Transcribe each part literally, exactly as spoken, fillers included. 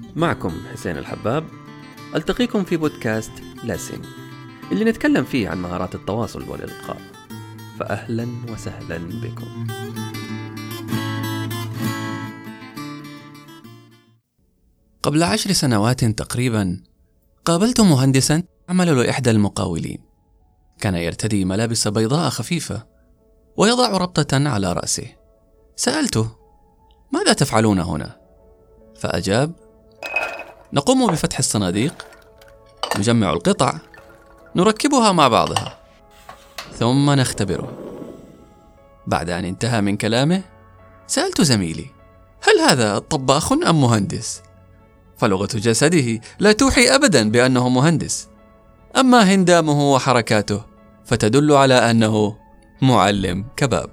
معكم حسين الحباب، ألتقيكم في بودكاست لاسين اللي نتكلم فيه عن مهارات التواصل والإلقاء. فأهلا وسهلا بكم. قبل عشر سنوات تقريبا قابلت مهندسا عمل لإحدى المقاولين. كان يرتدي ملابس بيضاء خفيفة ويضع ربطة على رأسه. سألته: ماذا تفعلون هنا؟ فأجاب: نقوم بفتح الصناديق، نجمع القطع، نركبها مع بعضها، ثم نختبره. بعد أن انتهى من كلامه سألت زميلي: هل هذا طباخ أم مهندس؟ فلغة جسده لا توحي أبدا بأنه مهندس، أما هندامه وحركاته فتدل على أنه معلم كباب.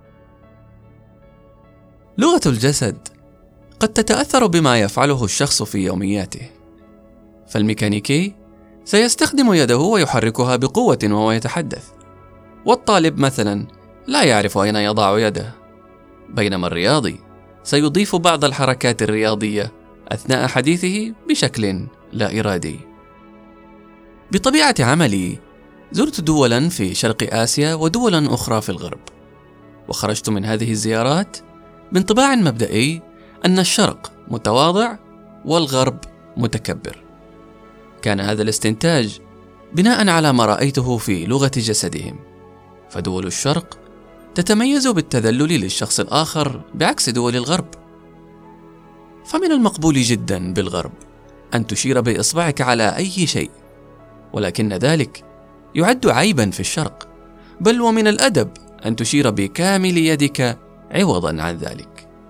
لغة الجسد قد تتأثر بما يفعله الشخص في يومياته. فالميكانيكي سيستخدم يده ويحركها بقوة وهو يتحدث، والطالب مثلا لا يعرف أين يضع يده، بينما الرياضي سيضيف بعض الحركات الرياضية أثناء حديثه بشكل لا إرادي. بطبيعة عملي زرت دولا في شرق آسيا ودولا أخرى في الغرب، وخرجت من هذه الزيارات بانطباع مبدئي أن الشرق متواضع والغرب متكبر. كان هذا الاستنتاج بناء على ما رأيته في لغة جسدهم، فدول الشرق تتميز بالتذلل للشخص الآخر بعكس دول الغرب. فمن المقبول جدا بالغرب أن تشير بإصبعك على أي شيء، ولكن ذلك يعد عيبا في الشرق، بل ومن الأدب أن تشير بكامل يدك عوضا عن ذلك.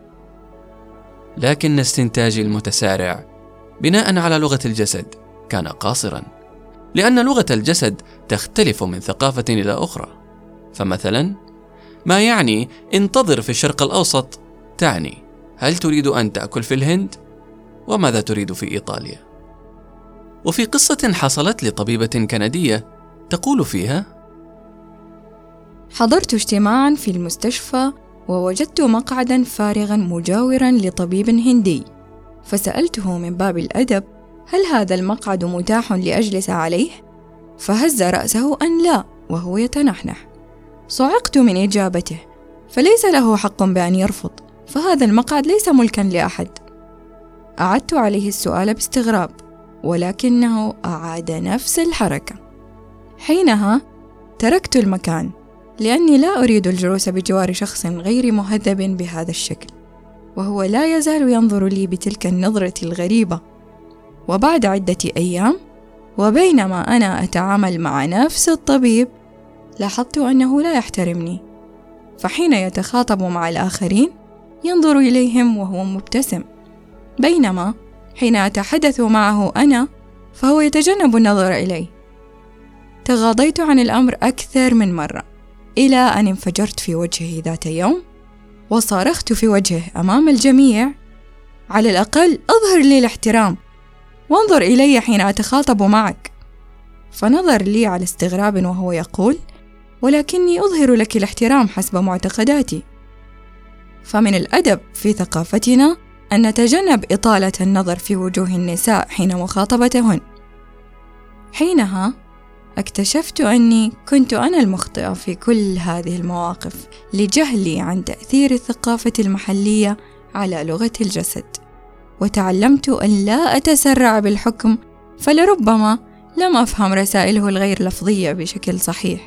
لكن استنتاجي المتسارع بناء على لغة الجسد كان قاصرا، لأن لغة الجسد تختلف من ثقافة إلى أخرى. فمثلا ما يعني انتظر في الشرق الأوسط تعني هل تريد أن تأكل في الهند؟ وماذا تريد في إيطاليا؟ وفي قصة حصلت لطبيبة كندية تقول فيها: حضرت اجتماعا في المستشفى ووجدت مقعدا فارغا مجاورا لطبيب هندي، فسألته من باب الأدب: هل هذا المقعد متاح لأجلس عليه؟ فهز رأسه أن لا، وهو يتنحنح. صعقت من إجابته، فليس له حق بأن يرفض، فهذا المقعد ليس ملكا لأحد. أعدت عليه السؤال باستغراب، ولكنه أعاد نفس الحركة. حينها تركت المكان، لأني لا أريد الجلوس بجوار شخص غير مهذب بهذا الشكل، وهو لا يزال ينظر لي بتلك النظرة الغريبة. وبعد عدة أيام، وبينما أنا أتعامل مع نفس الطبيب، لاحظت أنه لا يحترمني، فحين يتخاطب مع الآخرين ينظر إليهم وهو مبتسم، بينما حين أتحدث معه أنا فهو يتجنب النظر إلي. تغاضيت عن الأمر أكثر من مرة، إلى أن انفجرت في وجهه ذات يوم وصارخت في وجهه أمام الجميع: على الأقل أظهر لي الاحترام، وانظر إلي حين أتخاطب معك. فنظر لي على استغراب وهو يقول: ولكني أظهر لك الاحترام حسب معتقداتي. فمن الأدب في ثقافتنا أن نتجنب إطالة النظر في وجوه النساء حين مخاطبتهن. حينها اكتشفت أني كنت أنا المخطئة في كل هذه المواقف، لجهلي عن تأثير الثقافة المحلية على لغة الجسد، وتعلمت أن لا أتسرع بالحكم، فلربما لم أفهم رسائله الغير لفظية بشكل صحيح.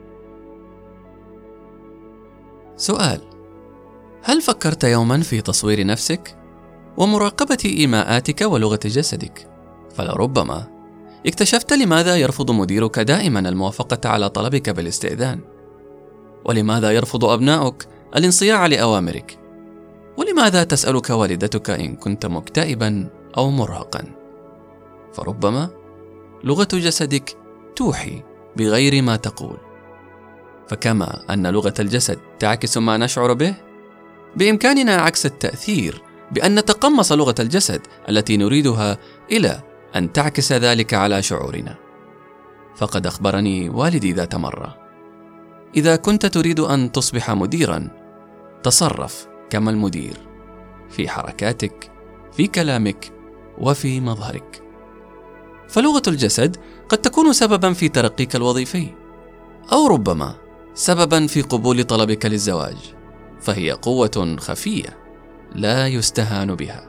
سؤال: هل فكرت يوما في تصوير نفسك ومراقبة إيماءاتك ولغة جسدك؟ فلربما اكتشفت لماذا يرفض مديرك دائما الموافقة على طلبك بالاستئذان، ولماذا يرفض أبناؤك الانصياع لأوامرك، ولماذا تسألك والدتك إن كنت مكتئبا أو مرهقا. فربما لغة جسدك توحي بغير ما تقول. فكما أن لغة الجسد تعكس ما نشعر به، بإمكاننا عكس التأثير بأن نتقمص لغة الجسد التي نريدها إلى أن تعكس ذلك على شعورنا. فقد أخبرني والدي ذات مرة: إذا كنت تريد أن تصبح مديرا، تصرف كما المدير، في حركاتك، في كلامك، وفي مظهرك. فلغة الجسد قد تكون سببا في ترقيك الوظيفي، أو ربما سببا في قبول طلبك للزواج، فهي قوة خفية لا يستهان بها.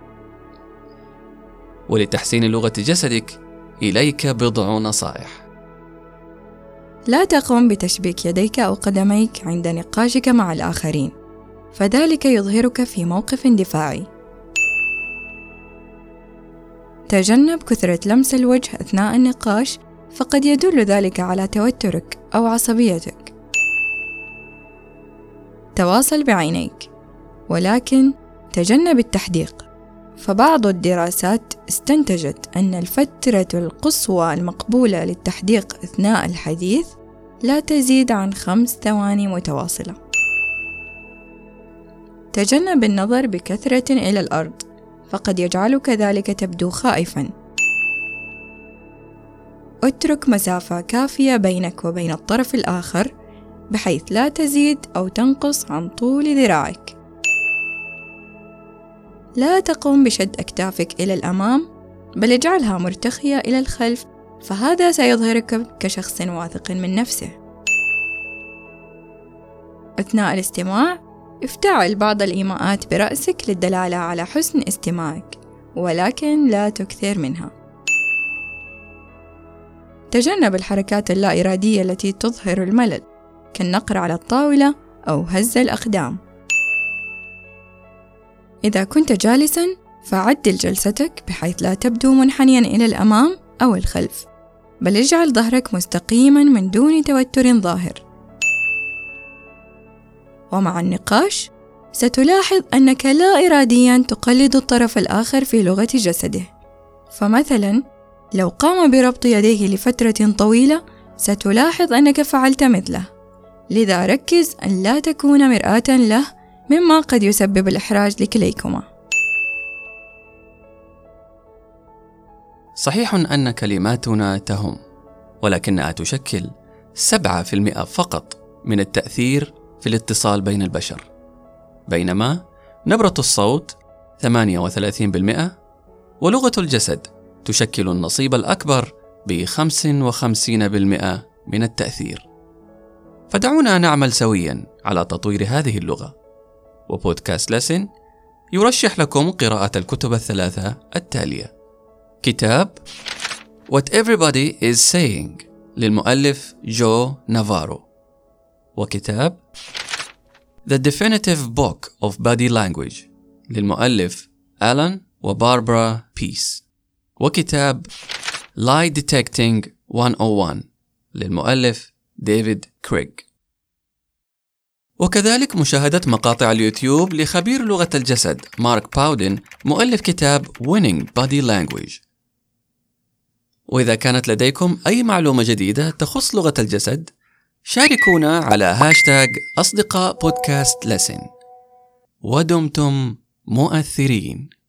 ولتحسين لغة جسدك إليك بضع نصائح. لا تقم بتشبيك يديك أو قدميك عند نقاشك مع الآخرين، فذلك يظهرك في موقف دفاعي. تجنب كثرة لمس الوجه أثناء النقاش، فقد يدل ذلك على توترك أو عصبيتك. تواصل بعينيك، ولكن تجنب التحديق، فبعض الدراسات استنتجت أن الفترة القصوى المقبولة للتحديق أثناء الحديث لا تزيد عن خمس ثواني متواصلة. تجنب النظر بكثرة إلى الأرض، فقد يجعلك ذلك تبدو خائفاً. اترك مسافة كافية بينك وبين الطرف الآخر، بحيث لا تزيد أو تنقص عن طول ذراعك. لا تقم بشد أكتافك إلى الأمام، بل اجعلها مرتخية إلى الخلف، فهذا سيظهرك كشخص واثق من نفسه. أثناء الاستماع، افتعل بعض الإيماءات برأسك للدلالة على حسن استماعك، ولكن لا تكثر منها. تجنب الحركات اللا إرادية التي تظهر الملل، كالنقر على الطاولة أو هز الأقدام. إذا كنت جالساً، فعدل جلستك بحيث لا تبدو منحنياً إلى الأمام أو الخلف، بل اجعل ظهرك مستقيماً من دون توتر ظاهر. ومع النقاش، ستلاحظ أنك لا إرادياً تقلد الطرف الآخر في لغة جسده. فمثلاً، لو قام بربط يديه لفترة طويلة، ستلاحظ أنك فعلت مثله. لذا ركز أن لا تكون مرآة له، مما قد يسبب الإحراج لكليكما. صحيح أن كلماتنا تهم، ولكنها تشكل سبعة في المئة فقط من التأثير في الاتصال بين البشر، بينما نبرة الصوت ثمانية وثلاثين بالمئة، ولغة الجسد تشكل النصيب الأكبر بخمسة وخمسين بالمئة من التأثير. فدعونا نعمل سويا على تطوير هذه اللغة. وبودكاست لسن يرشح لكم قراءة الكتب الثلاثة التالية: كتاب What Everybody is Saying للمؤلف جو نافارو، وكتاب The Definitive Book of Body Language للمؤلف ألان وباربرا بيس، وكتاب Lie Detecting مئة وواحد للمؤلف ديفيد كريغ. وكذلك مشاهدة مقاطع اليوتيوب لخبير لغة الجسد مارك باودن مؤلف كتاب Winning Body Language. وإذا كانت لديكم أي معلومة جديدة تخص لغة الجسد، شاركونا على هاشتاج أصدقاء بودكاست لسن. ودمتم مؤثرين.